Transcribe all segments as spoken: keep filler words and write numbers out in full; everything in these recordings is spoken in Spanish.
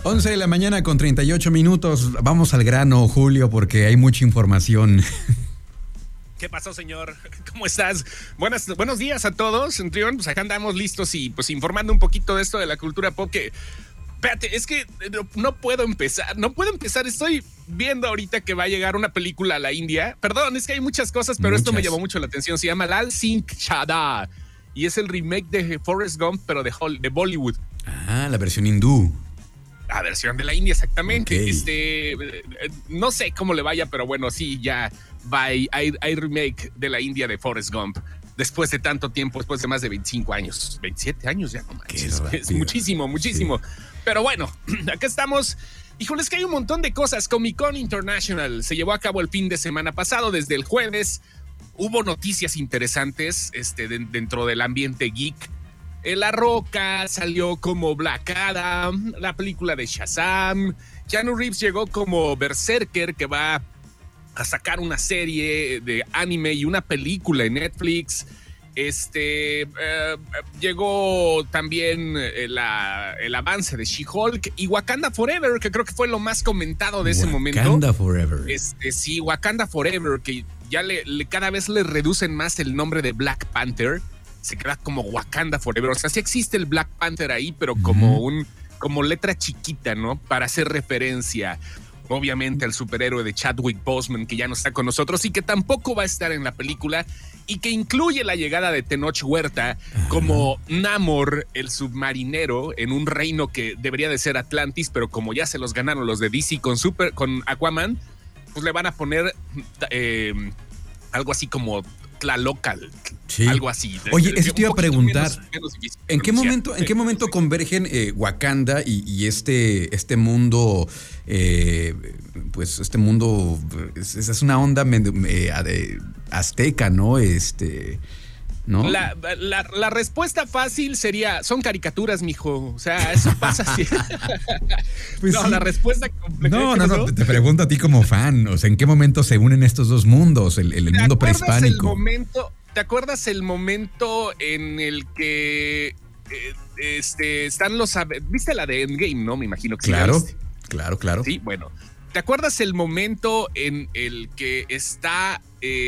once de la mañana con treinta y ocho minutos. Vamos al grano, Julio, porque hay mucha información. ¿Qué pasó, señor? ¿Cómo estás? Buenas, buenos días a todos, Trión. Pues acá andamos listos y pues informando un poquito de esto de la cultura pop que... Espérate, es que no, no puedo empezar, no puedo empezar. Estoy viendo ahorita que va a llegar una película a la India. Perdón, es que hay muchas cosas, pero muchas. Esto me llamó mucho la atención. Se llama Lal Singh Chadha y es el remake de Forrest Gump, pero de, Hol- de Bollywood. Ah, la versión hindú. La versión de la India, exactamente. Okay. Este, no sé cómo le vaya, pero bueno, sí, ya va, hay, hay remake de la India de Forrest Gump. Después de tanto tiempo, después de más de veinticinco años, veintisiete años ya, no manches. Es muchísimo, muchísimo. Sí. Pero bueno, acá estamos. Híjole, es que hay un montón de cosas. Comic Con International se llevó a cabo el fin de semana pasado, desde el jueves. Hubo noticias interesantes este, de, dentro del ambiente geek. La Roca salió como Black Adam, la película de Shazam. Keanu Reeves llegó como Berserker, que va a sacar una serie de anime y una película en Netflix. Este eh, llegó también la, el avance de She-Hulk y Wakanda Forever, que creo que fue lo más comentado de ese Wakanda momento. Wakanda Forever. Este, sí, Wakanda Forever, que ya le, le cada vez le reducen más el nombre de Black Panther. Se queda como Wakanda Forever. O sea, sí existe el Black Panther ahí, pero como uh-huh. un como letra chiquita, ¿no? Para hacer referencia, obviamente, al superhéroe de Chadwick Boseman, que ya no está con nosotros y que tampoco va a estar en la película, y que incluye la llegada de Tenoch Huerta uh-huh. como Namor, el submarinero, en un reino que debería de ser Atlantis, pero como ya se los ganaron los de D C con, Super, con Aquaman, pues le van a poner eh, algo así como Tlalocal, sí. algo así. Oye, eso te iba a preguntar. Menos, menos ¿En qué momento, en qué momento convergen eh, Wakanda y, y este, este mundo, eh, pues este mundo es, es una onda eh, azteca, ¿no? Este, ¿no? La, la, la respuesta fácil sería, son caricaturas, mijo. O sea, eso pasa así. Pues no, sí. La respuesta compleja. No, no, no, te pregunto a ti como fan. O sea, ¿en qué momento se unen estos dos mundos? El, el, el mundo prehispánico. El momento, ¿te acuerdas el momento en el que eh, este, están los... ¿Viste la de Endgame, no? Me imagino que claro, sí. Claro, claro. Sí, bueno. ¿Te acuerdas el momento en el que está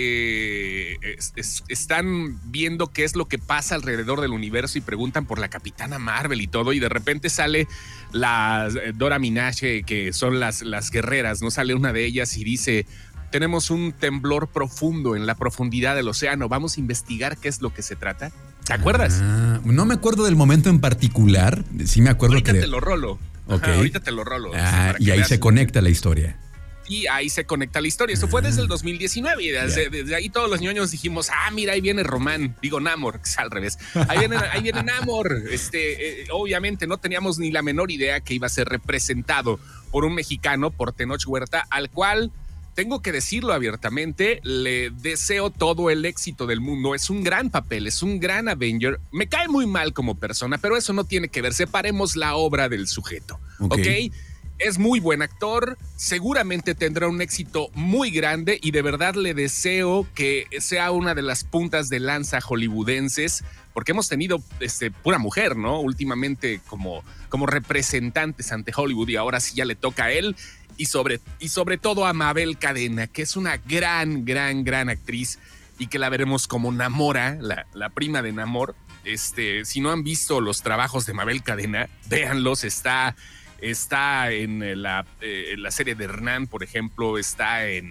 eh, es, es, están viendo qué es lo que pasa alrededor del universo y preguntan por la Capitana Marvel y todo, y de repente sale la Dora Milaje, que son las, las guerreras, ¿no? Sale una de ellas y dice: tenemos un temblor profundo en la profundidad del océano, vamos a investigar qué es lo que se trata? ¿Te acuerdas? Ah, no me acuerdo del momento en particular, sí me acuerdo ahorita que... te lo rolo. Okay. Ajá, ahorita te lo rolo. Ah, y ahí se conecta la historia. Y ahí se conecta la historia. Eso ah. fue desde el dos mil diecinueve y desde, yeah. desde ahí todos los ñoños dijimos: ah, mira, ahí viene Román, digo Namor, que es al revés. Ahí viene, ahí viene Namor. Este, eh, obviamente no teníamos ni la menor idea que iba a ser representado por un mexicano, por Tenoch Huerta, al cual, tengo que decirlo abiertamente, le deseo todo el éxito del mundo. Es un gran papel, es un gran Avenger. Me cae muy mal como persona, pero eso no tiene que ver. Separemos la obra del sujeto, ¿ok? ¿okay? Es muy buen actor, seguramente tendrá un éxito muy grande y de verdad le deseo que sea una de las puntas de lanza hollywoodenses, porque hemos tenido este, pura mujer, ¿no? Últimamente como, como representantes ante Hollywood, y ahora sí ya le toca a él. Y sobre, y sobre todo a Mabel Cadena, que es una gran, gran, gran actriz y que la veremos como Namora, la, la prima de Namor. Este, si no han visto los trabajos de Mabel Cadena, véanlos. Está, está en, la, eh, en la serie de Hernán, por ejemplo, está en,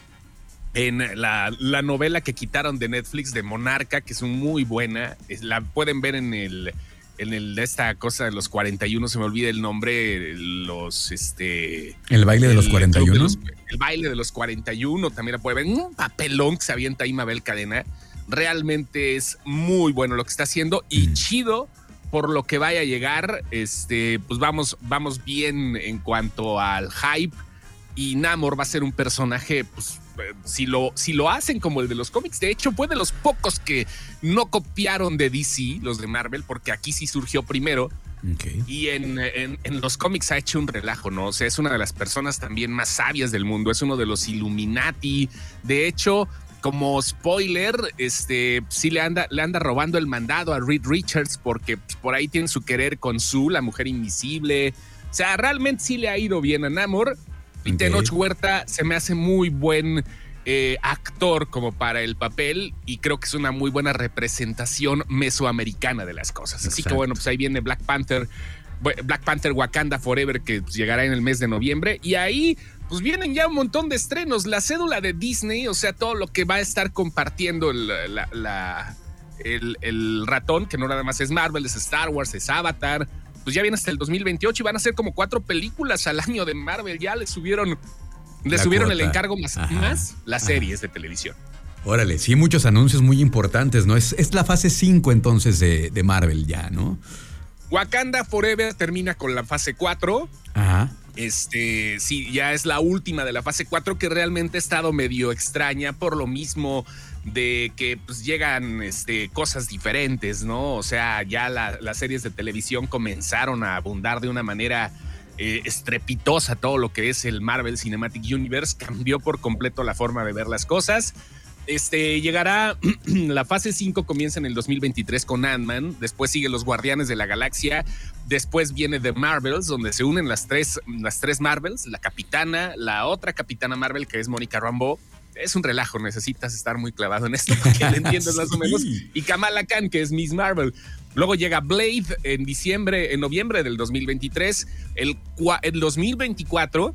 en la, la novela que quitaron de Netflix de Monarca, que es muy buena. La pueden ver en el... en el de esta cosa de los cuarenta y uno, se me olvida el nombre, los este el baile de los el, cuarenta y uno, los, el baile de los cuarenta y uno también la puede ver. Un papelón que se avienta ahí Mabel Cadena. Realmente es muy bueno lo que está haciendo y mm. chido por lo que vaya a llegar. Este, pues vamos, vamos bien en cuanto al hype, y Namor va a ser un personaje, pues, si lo, si lo hacen como el de los cómics. De hecho, fue de los pocos que no copiaron de D C, los de Marvel, porque aquí sí surgió primero. Okay. Y en, en, en los cómics ha hecho un relajo, ¿no? O sea, es una de las personas también más sabias del mundo, es uno de los Illuminati. De hecho, como spoiler, este, sí le anda, le anda robando el mandado a Reed Richards, porque por ahí tiene su querer con Sue, la mujer invisible. O sea, realmente sí le ha ido bien a Namor. Y okay. Tenoch Huerta se me hace muy buen eh, actor como para el papel y creo que es una muy buena representación mesoamericana de las cosas. Exacto. Así que bueno, pues ahí viene Black Panther, Black Panther Wakanda Forever, que pues, llegará en el mes de noviembre. Y ahí pues vienen ya un montón de estrenos. La cédula de Disney, o sea, todo lo que va a estar compartiendo el, la, la, el, el ratón, que no nada más es Marvel, es Star Wars, es Avatar. Pues ya viene hasta el dos mil veintiocho y van a ser como cuatro películas al año de Marvel. Ya le subieron, le la subieron cuota. El encargo más, más las series de televisión. Órale, sí, muchos anuncios muy importantes, ¿no? Es, es la fase cinco entonces de, de Marvel ya, ¿no? Wakanda Forever termina con la fase cuatro. Ajá. Este, sí, ya es la última de la fase cuatro, que realmente ha estado medio extraña por lo mismo de que pues llegan este, cosas diferentes, ¿no? O sea, ya la, las series de televisión comenzaron a abundar de una manera eh, estrepitosa. Todo lo que es el Marvel Cinematic Universe cambió por completo la forma de ver las cosas. Este, llegará la fase cinco, comienza en el dos mil veintitrés con Ant-Man, después sigue Los Guardianes de la Galaxia, después viene The Marvels, donde se unen las tres, las tres Marvels, la Capitana, la otra Capitana Marvel, que es Mónica Rambeau. Es un relajo, necesitas estar muy clavado en esto para que lo entiendas sí. más o menos. Y Kamala Khan, que es Miss Marvel. Luego llega Blade en diciembre, en noviembre del dos mil veintitrés. El, el dos mil veinticuatro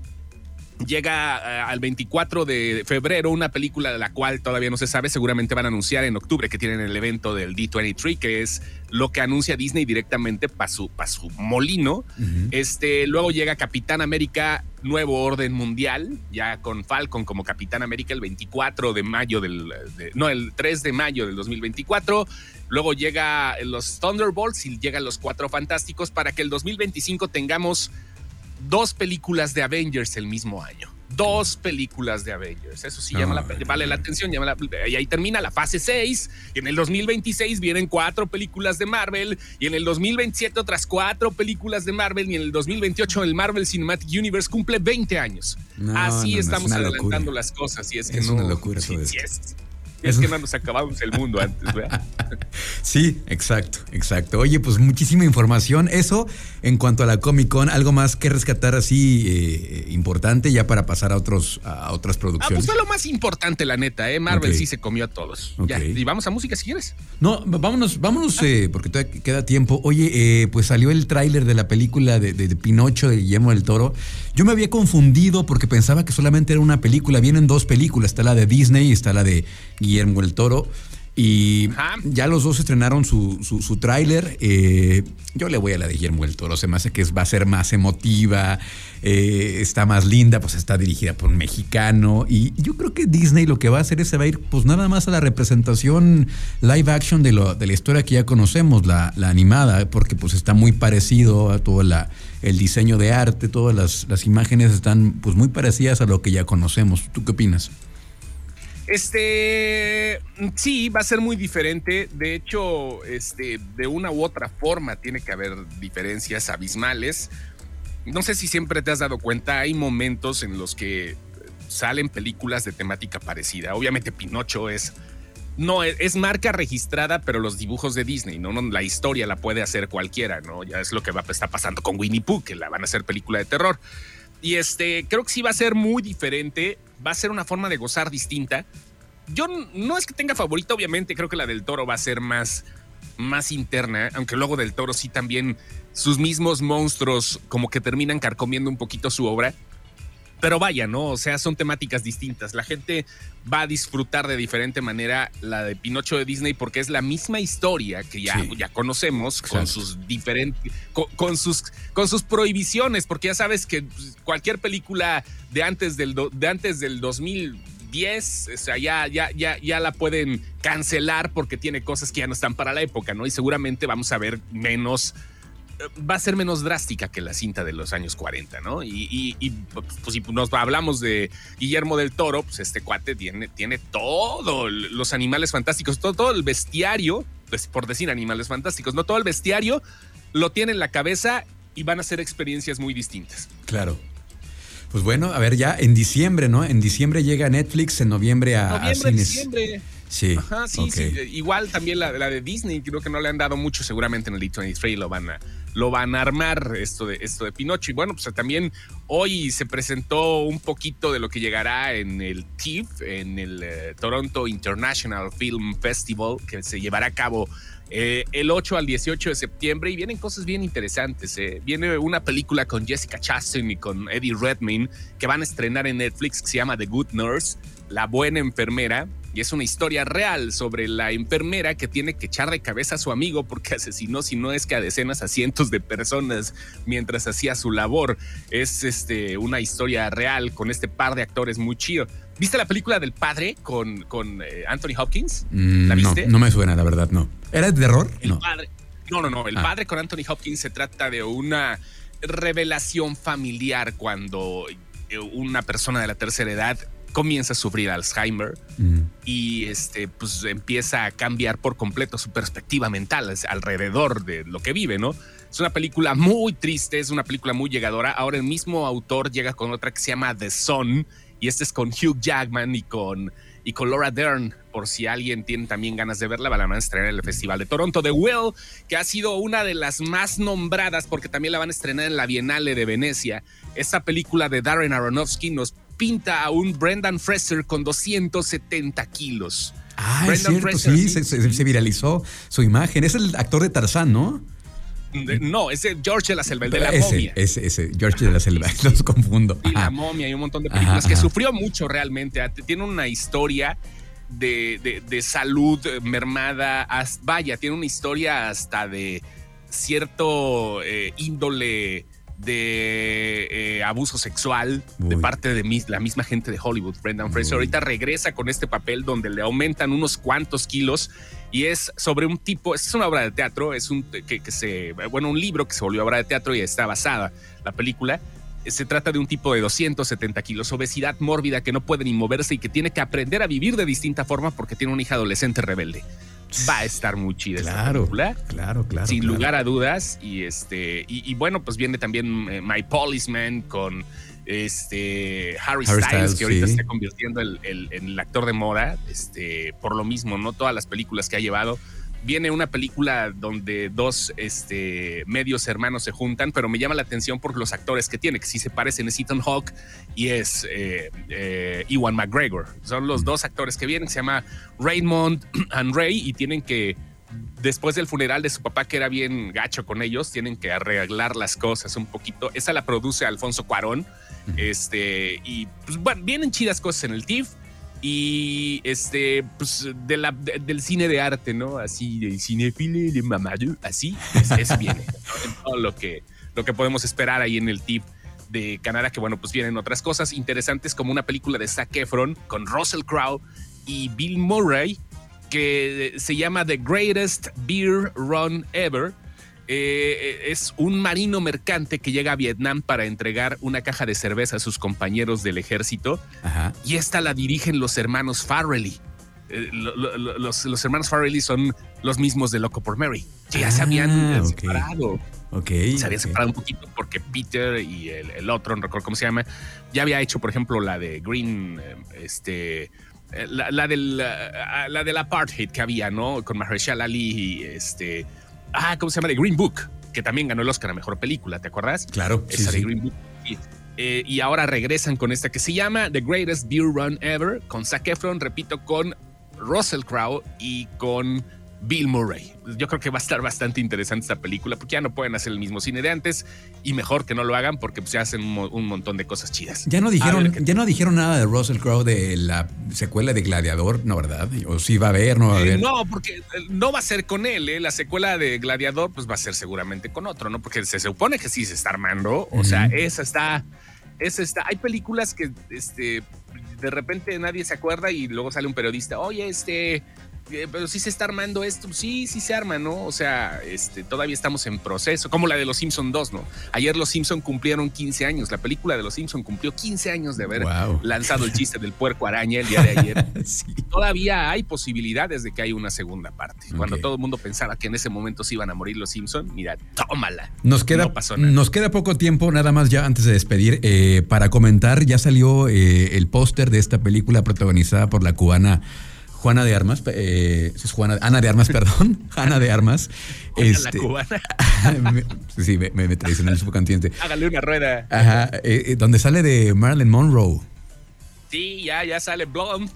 llega uh, al veinticuatro de febrero una película de la cual todavía no se sabe. Seguramente van a anunciar en octubre, que tienen el evento del D veintitrés, que es lo que anuncia Disney directamente para su, pa su molino. Uh-huh. Este, luego llega Capitán América Nuevo Orden Mundial, ya con Falcon como Capitán América el veinticuatro de mayo del... De, no, el tres de mayo del dos mil veinticuatro. Luego llega los Thunderbolts y llegan los Cuatro Fantásticos para que el dos mil veinticinco tengamos dos películas de Avengers el mismo año. Dos películas de Avengers. Eso sí, no, llama la, vale la atención. Llama la, y ahí termina la fase seis. Y en el dos mil veintiséis vienen cuatro películas de Marvel. Y en el dos mil veintisiete otras cuatro películas de Marvel. Y en el dos mil veintiocho el Marvel Cinematic Universe cumple veinte años. No, Así no, no, estamos adelantando locura. Las cosas. Y es que es no, una locura sí, todo sí, esto. Es, Es que no nos acabamos el mundo antes, ¿verdad? Sí, exacto, exacto. Oye, pues muchísima información. Eso en cuanto a la Comic Con, algo más que rescatar así eh, importante ya para pasar a otros a otras producciones. Ah, pues fue lo más importante, la neta, ¿eh? Marvel okay. sí se comió a todos. Okay. Ya, y vamos a música si quieres. No, vámonos, vámonos, ah. eh, porque todavía queda tiempo. Oye, eh, pues salió el tráiler de la película de, de, de Pinocho de Guillermo del Toro. Yo me había confundido porque pensaba que solamente era una película. Vienen dos películas, está la de Disney y está la de Guillermo del Toro. Y Ajá. ya los dos estrenaron su, su, su tráiler. Eh, yo le voy a la de Guillermo del Toro. Se me hace que va a ser más emotiva, eh, está más linda, pues está dirigida por un mexicano. Y yo creo que Disney lo que va a hacer es se va a ir pues nada más a la representación live action de, lo, de la historia que ya conocemos, la, la animada, porque pues está muy parecido a todo la, el diseño de arte, todas las, las imágenes están pues muy parecidas a lo que ya conocemos. ¿Tú qué opinas? Este, sí, va a ser muy diferente. De hecho, este, de una u otra forma tiene que haber diferencias abismales. No sé si siempre te has dado cuenta, hay momentos en los que salen películas de temática parecida. Obviamente Pinocho es, no, es, es marca registrada, pero los dibujos de Disney, ¿no? No, la historia la puede hacer cualquiera, ¿no? Ya es lo que va, está pasando con Winnie Pooh, que la van a hacer película de terror. Y este, creo que sí va a ser muy diferente. Va a ser una forma de gozar distinta. Yo no es que tenga favorita, obviamente. Creo que la del Toro va a ser más, más interna. Aunque luego del Toro sí también sus mismos monstruos como que terminan carcomiendo un poquito su obra. Pero vaya, ¿no? O sea, son temáticas distintas. La gente va a disfrutar de diferente manera la de Pinocho de Disney porque es la misma historia que ya, sí. ya conocemos. Exacto. Con sus diferentes, con, con, sus, con sus prohibiciones, porque ya sabes que cualquier película de antes del, de antes del dos mil diez, o sea, ya, ya, ya, ya la pueden cancelar porque tiene cosas que ya no están para la época, ¿no? Y seguramente vamos a ver menos... va a ser menos drástica que la cinta de los años cuarenta, ¿no? Y, y, y pues si nos hablamos de Guillermo del Toro, pues este cuate tiene, tiene todo, los animales fantásticos, todo, todo el bestiario, pues por decir animales fantásticos, no todo el bestiario lo tiene en la cabeza y van a ser experiencias muy distintas. Claro. Pues bueno, a ver, ya en diciembre, ¿no? En diciembre llega Netflix, en noviembre a, noviembre, a cines. Diciembre. Sí. Ajá, sí, okay. sí. Igual también la, la de Disney, creo que no le han dado mucho, seguramente en el D veintitrés lo van a, lo van a armar esto de, esto de Pinocho. Y bueno, pues también hoy se presentó un poquito de lo que llegará en el T I F, en el eh, Toronto International Film Festival, que se llevará a cabo Eh, el ocho al dieciocho de septiembre, y vienen cosas bien interesantes. Eh. Viene una película con Jessica Chastain y con Eddie Redmayne que van a estrenar en Netflix, que se llama The Good Nurse, La Buena Enfermera, y es una historia real sobre la enfermera que tiene que echar de cabeza a su amigo porque asesinó, si no es que a decenas, a cientos de personas mientras hacía su labor. Es este, una historia real con este par de actores muy chido. ¿Viste la película del padre con, con eh, Anthony Hopkins? ¿La viste? No, no me suena, la verdad, no. ¿Era de terror? El no. Padre, no, no, no. El ah. padre con Anthony Hopkins se trata de una revelación familiar cuando una persona de la tercera edad comienza a sufrir Alzheimer mm. y este, pues, empieza a cambiar por completo su perspectiva mental alrededor de lo que vive, ¿no? Es una película muy triste, es una película muy llegadora. Ahora el mismo autor llega con otra que se llama The Son, y este es con Hugh Jackman y con, y con Laura Dern. Por si alguien tiene también ganas de verla, la van a estrenar en el Festival de Toronto. The Will, que ha sido una de las más nombradas porque también la van a estrenar en la Bienale de Venecia. Esta película de Darren Aronofsky nos pinta a un Brendan Fraser con doscientos setenta kilos. Ah, Brendan es cierto, Fraser, sí, sí. Se, se, se viralizó su imagen. Es el actor de Tarzán, ¿no? No, ese George de la Selva, el de la ese, momia. Ese, ese, George de la Selva, los confundo. Y la momia y un montón de películas ajá, que ajá. sufrió mucho realmente. Tiene una historia de, de, de salud mermada. Vaya, tiene una historia hasta de cierto eh, índole de eh, abuso sexual Uy. de parte de mi, la misma gente de Hollywood. Brendan Fraser Uy. ahorita regresa con este papel donde le aumentan unos cuantos kilos y es sobre un tipo, es una obra de teatro, es un que, que se, bueno, un libro que se volvió obra de teatro y está basada la película. Se trata de un tipo de doscientos setenta kilos, obesidad mórbida, que no puede ni moverse y que tiene que aprender a vivir de distinta forma porque tiene una hija adolescente rebelde. Va a estar muy chida claro, esta película. Claro, claro. Sin claro. lugar a dudas. Y este, y, y bueno, pues viene también eh, My Policeman con este Harry, Harry Styles, Styles, que ahorita sí. se está convirtiendo el, el, en el actor de moda. Este, por lo mismo, ¿no? Todas las películas que ha llevado. Viene una película donde dos este, medios hermanos se juntan, pero me llama la atención por los actores que tiene, que sí se parecen, es Ethan Hawke y es eh, eh, Ewan McGregor. Son los dos actores que vienen, se llama Raymond and Ray, y tienen que, después del funeral de su papá, que era bien gacho con ellos, tienen que arreglar las cosas un poquito. Esa la produce Alfonso Cuarón, uh-huh. este, y pues bueno, vienen chidas cosas en el T I F. Y este, pues de la, de, del cine de arte, ¿no? Así, del cinefile de Mamadou, así, es, eso viene, ¿no? En todo lo que, lo que podemos esperar ahí en el T I F de Canadá, que bueno, pues vienen otras cosas interesantes como una película de Zac Efron con Russell Crowe y Bill Murray que se llama The Greatest Beer Run Ever. Eh, es un marino mercante que llega a Vietnam para entregar una caja de cerveza a sus compañeros del ejército. Ajá. Y esta la dirigen los hermanos Farrelly. Eh, lo, lo, los, los hermanos Farrelly son los mismos de Loco por Mary, que ya ah, se habían okay. separado. Okay, se habían okay. separado un poquito porque Peter y el, el otro, no recuerdo cómo se llama, ya había hecho, por ejemplo, la de Green, este... La, la, del, la, la del apartheid que había, ¿no? Con Mahershala Ali y este... Ah, ¿cómo se llama? The Green Book, que también ganó el Oscar a Mejor Película, ¿te acuerdas? Claro, Esa sí, de sí. Green Book. Y, eh, y ahora regresan con esta que se llama The Greatest Beer Run Ever, con Zac Efron, repito, con Russell Crowe y con Bill Murray. Yo creo que va a estar bastante interesante esta película porque ya no pueden hacer el mismo cine de antes y mejor que no lo hagan porque pues, se hacen un, un montón de cosas chidas. Ya no dijeron, ya no dijeron nada de Russell Crowe de la secuela de Gladiador, ¿no, verdad? O sí va a haber, no va a haber. Eh, no, porque no va a ser con él, ¿eh? La secuela de Gladiador pues va a ser seguramente con otro, ¿no? Porque se supone que sí se está armando, o uh-huh. sea, esa está, esa está. Hay películas que este, de repente nadie se acuerda y luego sale un periodista, oye, este... pero sí se está armando esto, sí, sí se arma, ¿no? O sea, este, todavía estamos en proceso, como la de Los Simpson dos, ¿no? Ayer Los Simpson cumplieron quince años, la película de Los Simpson cumplió quince años de haber wow. lanzado el chiste del puerco araña el día de ayer. Sí. Todavía hay posibilidades de que haya una segunda parte. Okay. Cuando todo el mundo pensaba que en ese momento se iban a morir Los Simpson, mira, tómala. Nos queda, no pasó nada. Nos queda poco tiempo, nada más ya antes de despedir, eh, para comentar, ya salió eh, el póster de esta película protagonizada por la cubana Juana de Armas, eh, es Juana, Ana de Armas, perdón, Ana de Armas. Este, la cubana. Sí, me, me, me traicionó el subconsciente. Hágale una rueda. Ajá, eh, donde sale de Marilyn Monroe. Sí, ya, ya sale Blonde,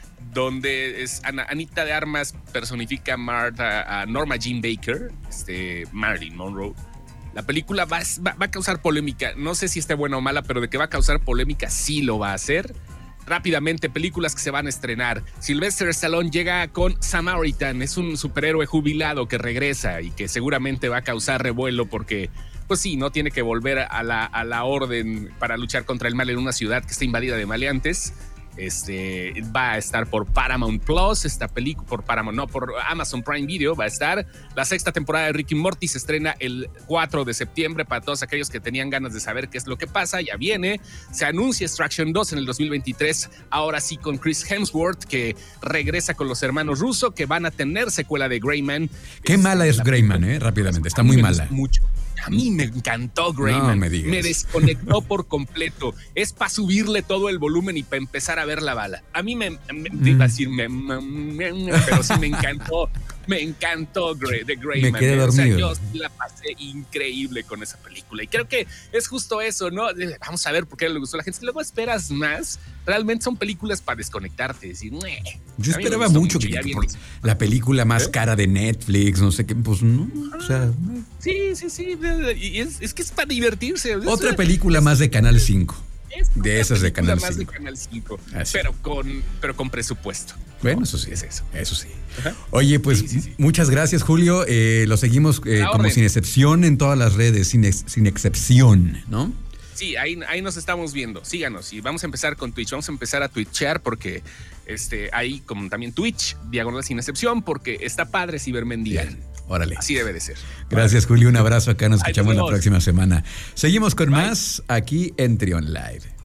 donde es Ana, Anita de Armas personifica a, Martha, a Norma Jean Baker, este, Marilyn Monroe. La película va, va, va a causar polémica. No sé si esté buena o mala, pero de que va a causar polémica sí lo va a hacer. Rápidamente, películas que se van a estrenar. Sylvester Stallone llega con Samaritan. Es un superhéroe jubilado que regresa y que seguramente va a causar revuelo porque, pues sí, no tiene que volver a la, a la orden para luchar contra el mal en una ciudad que está invadida de maleantes. Este va a estar por Paramount Plus, esta película por Paramount, no, por Amazon Prime Video va a estar. La sexta temporada de Rick y Morty se estrena el cuatro de septiembre para todos aquellos que tenían ganas de saber qué es lo que pasa. Ya viene, se anuncia Extraction dos en el dos mil veintitrés, ahora sí con Chris Hemsworth, que regresa con los hermanos Russo, que van a tener secuela de Greyman. Qué es mala es Greyman, eh, rápidamente, está muy mala. Mucho. A mí me encantó Greyman, no me, digas. me desconectó por completo. Es para subirle todo el volumen y para empezar a ver la bala. A mí me, me mm. iba a decir, me, me, me, pero sí me encantó, me encantó Grey, de Greyman. Me quedé dormido. O sea, yo sí la pasé increíble con esa película y creo que es justo eso, ¿no? Vamos a ver por qué le gustó a la gente. Si luego esperas más, realmente son películas para desconectarte, decir, yo esperaba mucho, mucho que, que por la película más ¿Eh? cara de Netflix, no sé qué, pues no, o sea, sí, sí, sí, y es, es que es para divertirse. Otra es, película es, más de Canal cinco. De esas de Canal más cinco. De Canal cinco, pero con, pero con presupuesto. Bueno, ¿no? Eso sí. Es eso. Eso sí. Ajá. Oye, pues sí, sí, sí. muchas gracias, Julio. Eh, lo seguimos eh, como sin excepción en todas las redes, sin, ex, sin excepción, ¿no? Sí, ahí, ahí nos estamos viendo. Síganos y vamos a empezar con Twitch. Vamos a empezar a twitchear porque este, hay como también Twitch, diagonal sin excepción, porque está padre cibermendigar. Órale. Así debe de ser. Gracias, Julio. Un abrazo acá. Nos escuchamos la próxima semana. Seguimos con Bye. más aquí en Trión Live.